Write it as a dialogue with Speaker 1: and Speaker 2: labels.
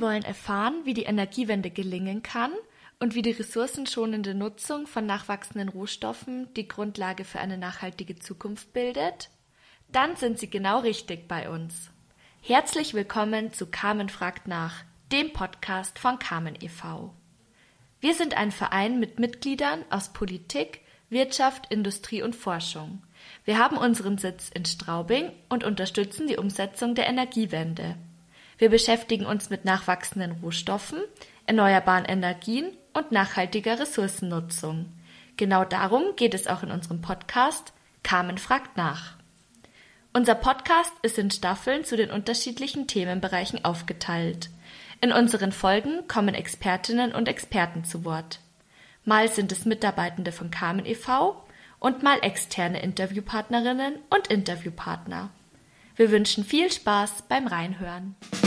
Speaker 1: Sie wollen erfahren, wie die Energiewende gelingen kann und wie die ressourcenschonende Nutzung von nachwachsenden Rohstoffen die Grundlage für eine nachhaltige Zukunft bildet? Dann sind Sie genau richtig bei uns. Herzlich willkommen zu Carmen fragt nach, dem Podcast von Carmen e.V. Wir sind ein Verein mit Mitgliedern aus Politik, Wirtschaft, Industrie und Forschung. Wir haben unseren Sitz in Straubing und unterstützen die Umsetzung der Energiewende. Wir beschäftigen uns mit nachwachsenden Rohstoffen, erneuerbaren Energien und nachhaltiger Ressourcennutzung. Genau darum geht es auch in unserem Podcast Carmen fragt nach. Unser Podcast ist in Staffeln zu den unterschiedlichen Themenbereichen aufgeteilt. In unseren Folgen kommen Expertinnen und Experten zu Wort. Mal sind es Mitarbeitende von Carmen e.V. und mal externe Interviewpartnerinnen und Interviewpartner. Wir wünschen viel Spaß beim Reinhören.